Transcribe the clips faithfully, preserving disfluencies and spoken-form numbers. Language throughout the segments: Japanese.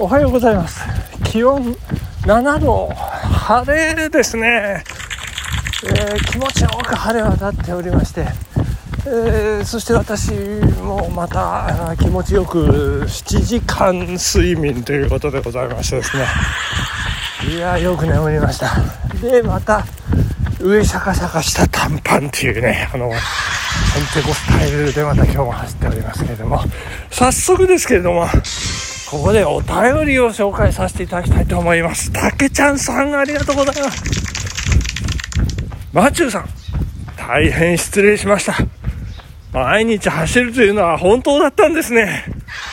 おはようございます。気温ななど、晴れですね、えー、気持ちよく晴れ渡っておりまして、えー、そして私もまた気持ちよくしちじかん睡眠ということでございましてですね、いやよく眠りました。でまた上シャカシャカした短パンっていうね、あのヘンテコスタイルでまた今日も走っておりますけれども、早速ですけれどもここでお便りを紹介させていただきたいと思います。たけちゃんさん、ありがとうございます。マチューさん、大変失礼しました。毎日走るというのは本当だったんですね。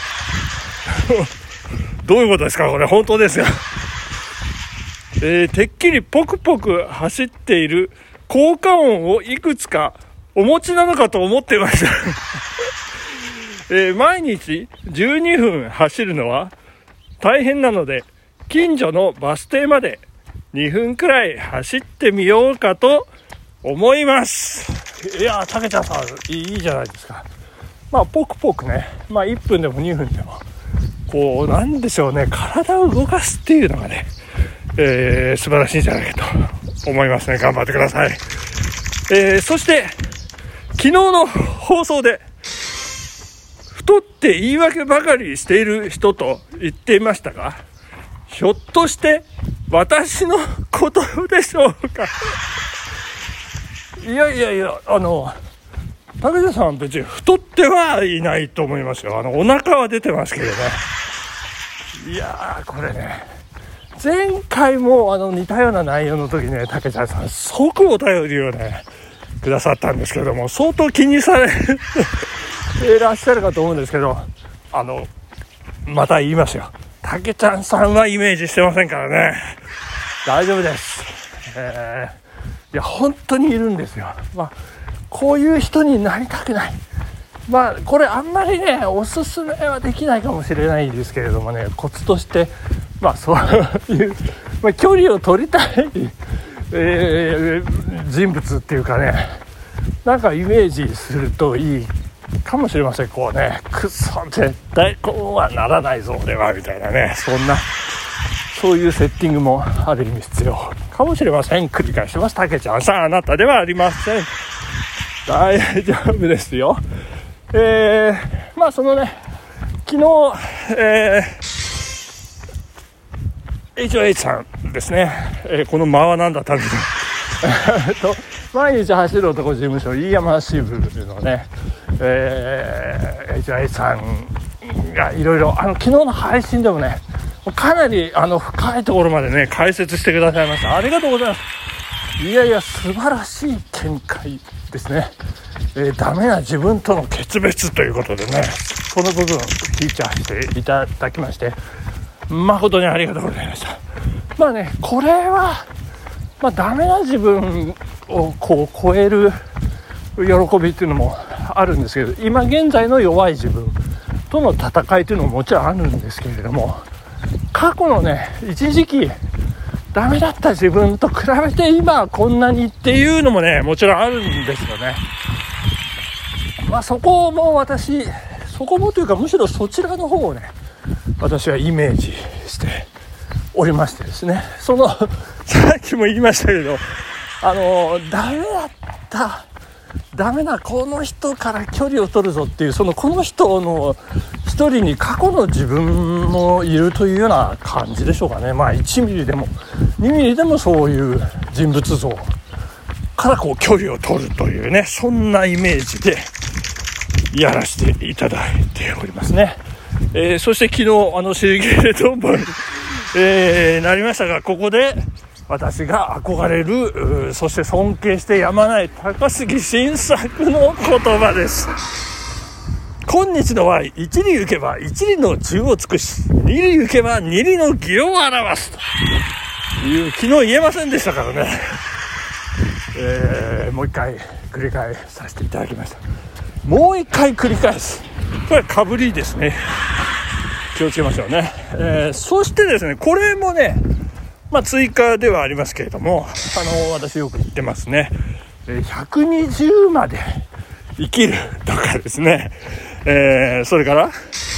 どういうことですかこれ。本当ですよ。えー、てっきりポクポク走っている効果音をいくつかお持ちなのかと思っていました。えー、毎日じゅうにふん走るのは大変なので、近所のバス停までにふんくらい走ってみようかと思います。いやー、たけちゃんさん、いいじゃないですか。まあポクポクね、まあいっぷんでもにふんでもこうなんでしょうね、体を動かすっていうのがね、えー、素晴らしいんじゃないかと思いますね。頑張ってください。えー、そして昨日の放送で太って言い訳ばかりしている人と言っていましたが、ひょっとして私のことでしょうか。いやいやいや、あの竹田さんは別に太ってはいないと思いますよ。あのお腹は出てますけどね。いやーこれね、前回もあの似たような内容の時ね、竹田さん即お便りをねくださったんですけども、相当気にされいらっしゃるかと思うんですけど、あのまた言いますよ。たけちゃんさんはイメージしてませんからね、大丈夫です。えー、いや本当にいるんですよ。まあこういう人になりたくない。まあこれあんまりねおすすめはできないかもしれないですけれどもね、コツとしてまあそういう、まあ、距離を取りたい、えー、人物っていうかね、なんかイメージするといいかもしれません。こうね、くそ絶対こうはならないぞ俺はみたいなね、そんなそういうセッティングもある意味必要かもしれません。繰り返します。たけちゃんさん、あなたではありません。大丈夫ですよ。えー、まあそのね、昨日、えー、エイチオーエイチ さんですね、えー、この間は何だったんですかと毎日走る男事務所飯山支部のね、えー、エイチオーエイチ さんがいろいろあの昨日の配信でもね、かなりあの深いところまでね解説してくださいました。ありがとうございます。いやいや素晴らしい見解ですね。えー、ダメな自分との決別ということでね、その部分をフィーチャーしていただきまして誠にありがとうございました。まあね、これは、まあ、ダメな自分をこう超える喜びっていうのもあるんですけど、今現在の弱い自分との戦いというのももちろんあるんですけれども、過去のね一時期ダメだった自分と比べて今こんなにっていうのもねもちろんあるんですよね。まあそこも私そこもというかむしろそちらの方をね私はイメージしておりましてですね、そのさっきも言いましたけど、あのダメだったダメなこの人から距離を取るぞっていう、そのこの人の一人に過去の自分もいるというような感じでしょうかね。まあいちミリでもにミリでもそういう人物像からこう距離を取るというね、そんなイメージでやらせていただいておりますね。えー、そして昨日あのシリゲレトンボに、えー、なりましたが、ここで私が憧れる、そして尊敬してやまない高杉晋作の言葉です。今日のは一里行けば一里の中を尽くし、二里行けば二里の義を表すという、昨日言えませんでしたからね、えー、もう一回繰り返させていただきました。もう一回繰り返す、これかぶりですね。気をつけましょうね。えー、そしてですね、これもねまあ、追加ではありますけれども、あの私よく言ってますね、ひゃくにじゅうまで生きるとかですね、えー、それから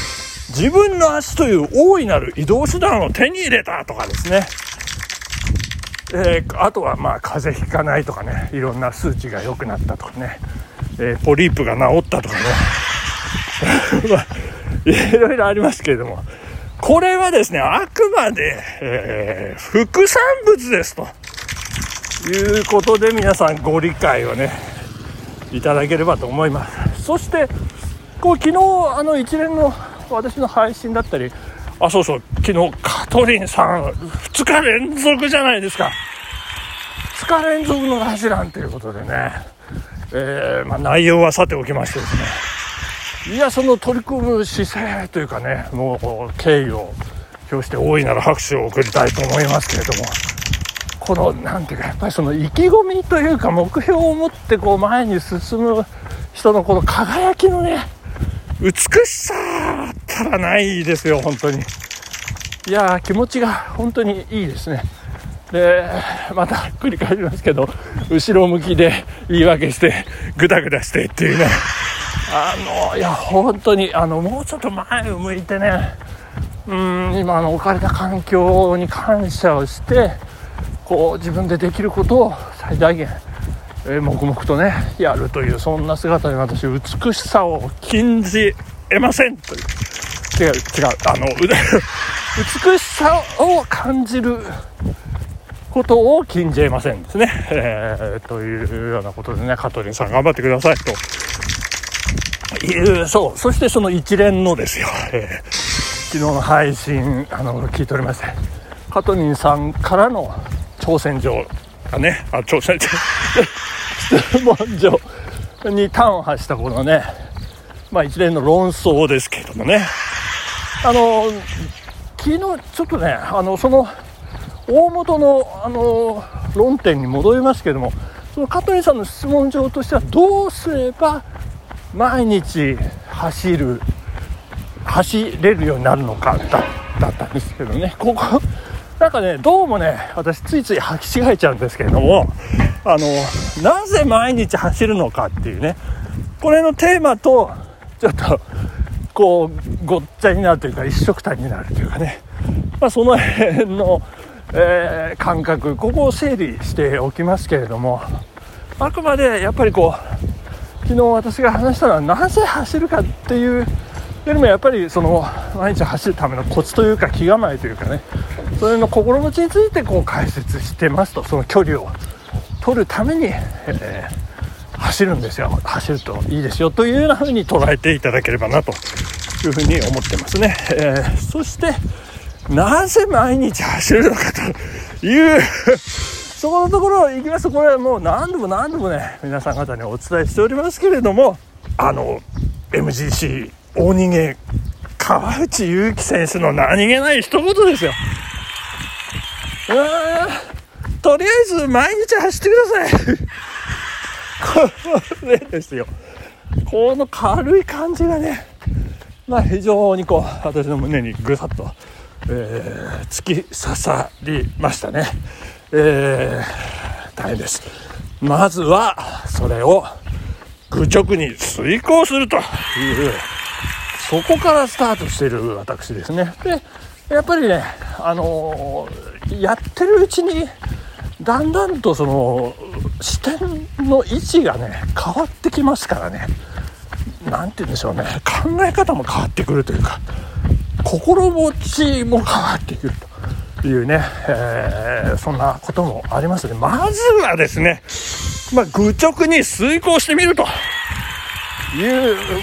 自分の足という大いなる移動手段を手に入れたとかですね、えー、あとはまあ風邪ひかないとかね、いろんな数値が良くなったとかね、えー、ポリープが治ったとかねまあ、いろいろありますけれども、これはですねあくまで、えー、副産物ですということで皆さんご理解をねいただければと思います。そしてこう昨日あの一連の私の配信だったり、あそうそう昨日カトリンさんふつか連続じゃないですか。ふつか連続のラジランということでね、えーまあ、内容はさておきましてですね、いやその取り組む姿勢というかね、もう敬意を表して大いなる拍手を送りたいと思いますけれども、このなんていうかやっぱりその意気込みというか目標を持ってこう前に進む人のこの輝きのね美しさたらないですよ本当に。いや気持ちが本当にいいですね。でまた繰り返しますけど、後ろ向きで言い訳してグダグダしてっていうね、あのいや本当にあのもうちょっと前を向いてね、うーん今の置かれた環境に感謝をしてこう自分でできることを最大限、えー、黙々とねやるという、そんな姿に私美しさを禁じ得ませんという、違う違うあの美しさを感じることを禁じ得ませんですね、えー、というようなことでね、カトリンさん頑張ってくださいという、そうそしてその一連のですよ、えー、昨日の配信あの聞いておりまして、カトリンさんからの挑戦状がね、あ挑戦状質問状に端を発したこのね、まあ一連の論争ですけれどもね、あの昨日ちょっとねあのその大元のあの論点に戻りますけれども、その香取さんの質問状としてはどうすれば毎日走る走れるようになるのか だ, だったんですけどね、ここなんかねどうもね私ついつい履き違えちゃうんですけれども、あのなぜ毎日走るのかっていうね、これのテーマとちょっとこうごっちゃになるというか一緒くたになるというかね、まあ、その辺の、えー、感覚、ここを整理しておきますけれども、あくまでやっぱりこう昨日私が話したのはなぜ走るかっていうよりもやっぱりその毎日走るためのコツというか気構えというかね、それの心持ちについてこう解説してますと、その距離を取るために、えー、走るんですよ、走るといいですよというような風に捉えていただければなという風に思ってますね、えー、そしてなぜ毎日走るのかというそこのところ行きますと、これはもう何度も何度もね皆さん方にお伝えしておりますけれども、あの エムジーシー 大逃げ川内優輝選手の何気ない一言ですよ。うわとりあえず毎日走ってくださいこれですよ。この軽い感じがね、まあ非常にこう私の胸にぐさっと、えー、突き刺さりましたね。えー、大変です。まずはそれを愚直に遂行するという、そこからスタートしている私ですね。でやっぱりね、あのー、やってるうちにだんだんとその視点の位置がね変わってきますからね、なんて言うんでしょうね、考え方も変わってくるというか心持ちも変わってくるというね、えー、そんなこともありますね。まずはですね、まあ、愚直に遂行してみるという、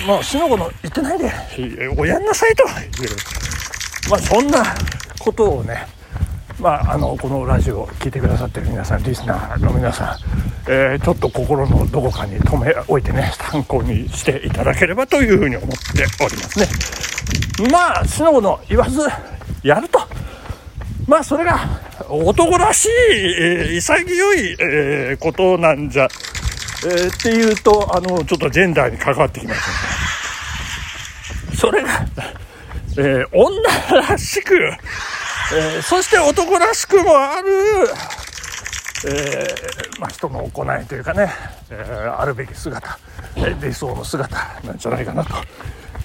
まあ、しのごの言ってないでおやんなさいという、まあ、そんなことをね、まあ、あのこのラジオを聞いてくださっている皆さん、リスナーの皆さん、えー、ちょっと心のどこかに留め置いてね参考にしていただければというふうに思っておりますね。まあしのごの言わずやると、まあそれが男らしい、えー、潔い、えー、ことなんじゃ、えー、っていうとあのちょっとジェンダーに関わってきますので、それが、えー、女らしく、えー、そして男らしくもある、えーまあ、人の行いというかね、えー、あるべき姿、理想の姿なんじゃないかなと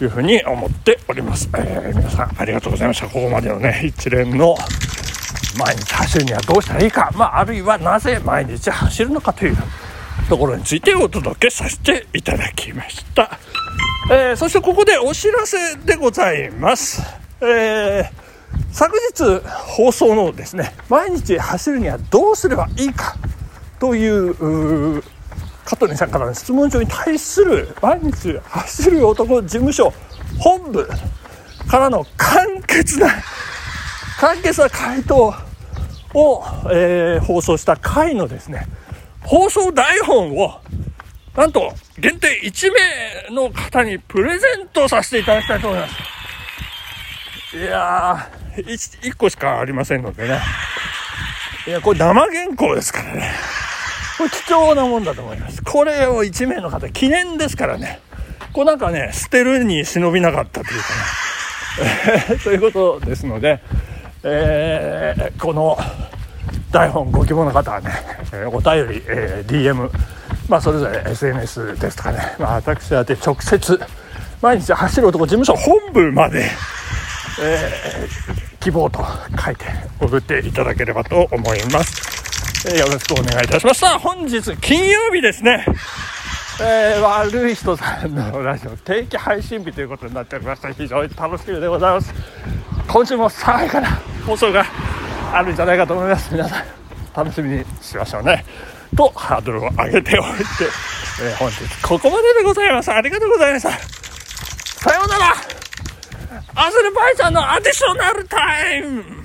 いうふうに思っております。えー、皆さんありがとうございました。ここまでのね一連の毎日走るにはどうしたらいいか、まあ、あるいはなぜ毎日走るのかというところについてお届けさせていただきました。えー、そしてここでお知らせでございます。えー、昨日放送のですね、毎日走るにはどうすればいいかという香取さんからの質問状に対する毎日走る男事務所本部からの簡潔な簡潔な回答を、えー、放送した回のですね放送台本をなんと限定いち名の方にプレゼントさせていただきたいと思います。いやー 1, いっこしかありませんのでね、いやこれ生原稿ですからね、これ貴重なもんだと思います。これをいち名の方記念ですからね、これなんかね捨てるに忍びなかったというかねということですので、えー、この台本ご希望の方はね、えー、お便り、えー、ディーエム、まあ、それぞれ エスエヌエス ですとかね、まあ、私だって直接毎日走る男事務所本部まで、えー、希望と書いて送っていただければと思います。えー、よろしくお願いいたします。さあ本日金曜日ですね、えー、悪い人さんのラジオ定期配信日ということになっておりました。非常に楽しみでございます。今週も爽やかな放送があるんじゃないかと思います。皆さん楽しみにしましょうねとハードルを上げておいて、えー、本日ここまででございます。ありがとうございました。さようなら。アゼルバイジャンのアディショナルタイム。